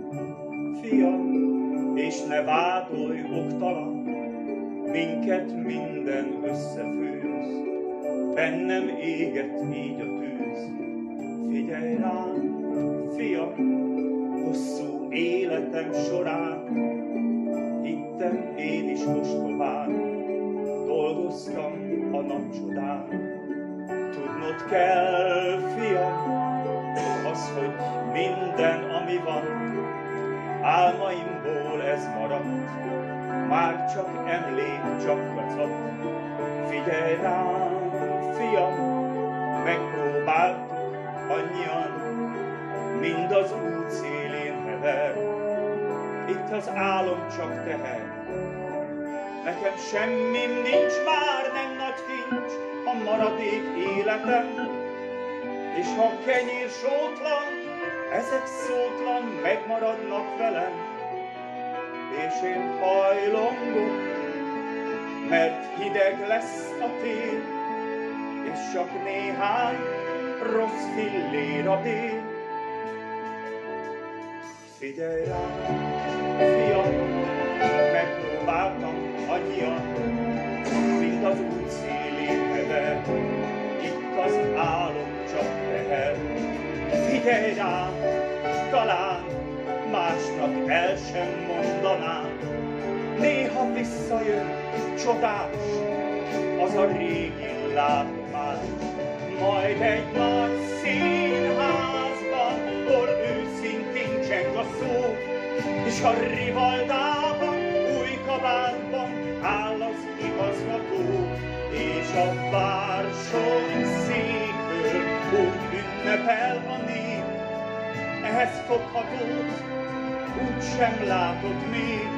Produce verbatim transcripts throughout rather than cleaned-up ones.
Fiam, és ne vádolj oktalan, minket minden összefűz, bennem éget így a tűz. Figyelj rám, fiam, hosszú életem során, hittem én is ostobán, dolgoztam a nagy csodán. Tudnod kell, fiam, az, hogy minden, ami van, álmaimból ez maradt, már csak emlék, csak kacat. Figyelj rám, fiam, megpróbáltuk annyian, mind az út szélén hever, itt az álom csak teher. Nekem semmim nincs már, nem nagy kincs, a maradék életem, és ha kenyér sótlan, ezek szótlan megmaradnak velem, és én hajlongok, mert hideg lesz a tél, és csak néhány rossz fillér a bér. Figyelj rám, fiam, megpróbáltam annyian, mint az út szélén hever, itt az álom csak teher. Figyelj rám, talán másnak el sem mondanám, néha visszajön csodás az a régi látomás. Majd egy nagy színházban, hol őszintén cseng a szó, és a rivaldában, új kabátban áll az igazgató, és a bársony székből úgy ünnepel a nép. Ehhez foghatót úgy sem látod még.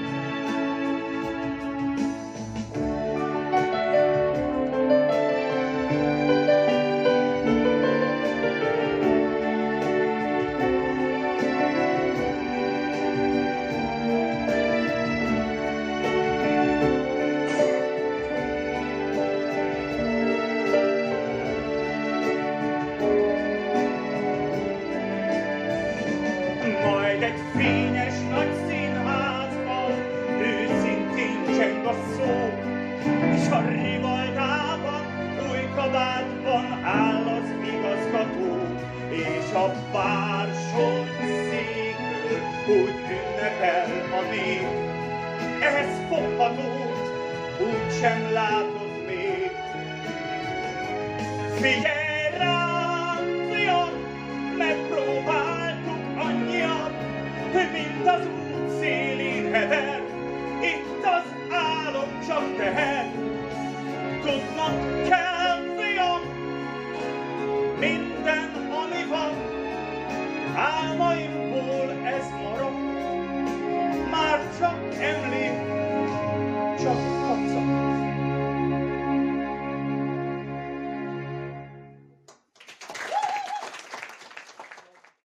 Egy fényes nagy színházban őszintén cseng a szó, és a rivaldában, új kabátban áll az igazgató, és a bársony székből úgy ünnepel a nép. Ehhez foghatót úgy sem látod még. Figyelj rám, fiam, megpróbáltuk annyian, mint az út szélén hever, itt az álom csak teher. Tudnod kell, fiam, minden, ami van, álmaimból ez marad, már csak emlék.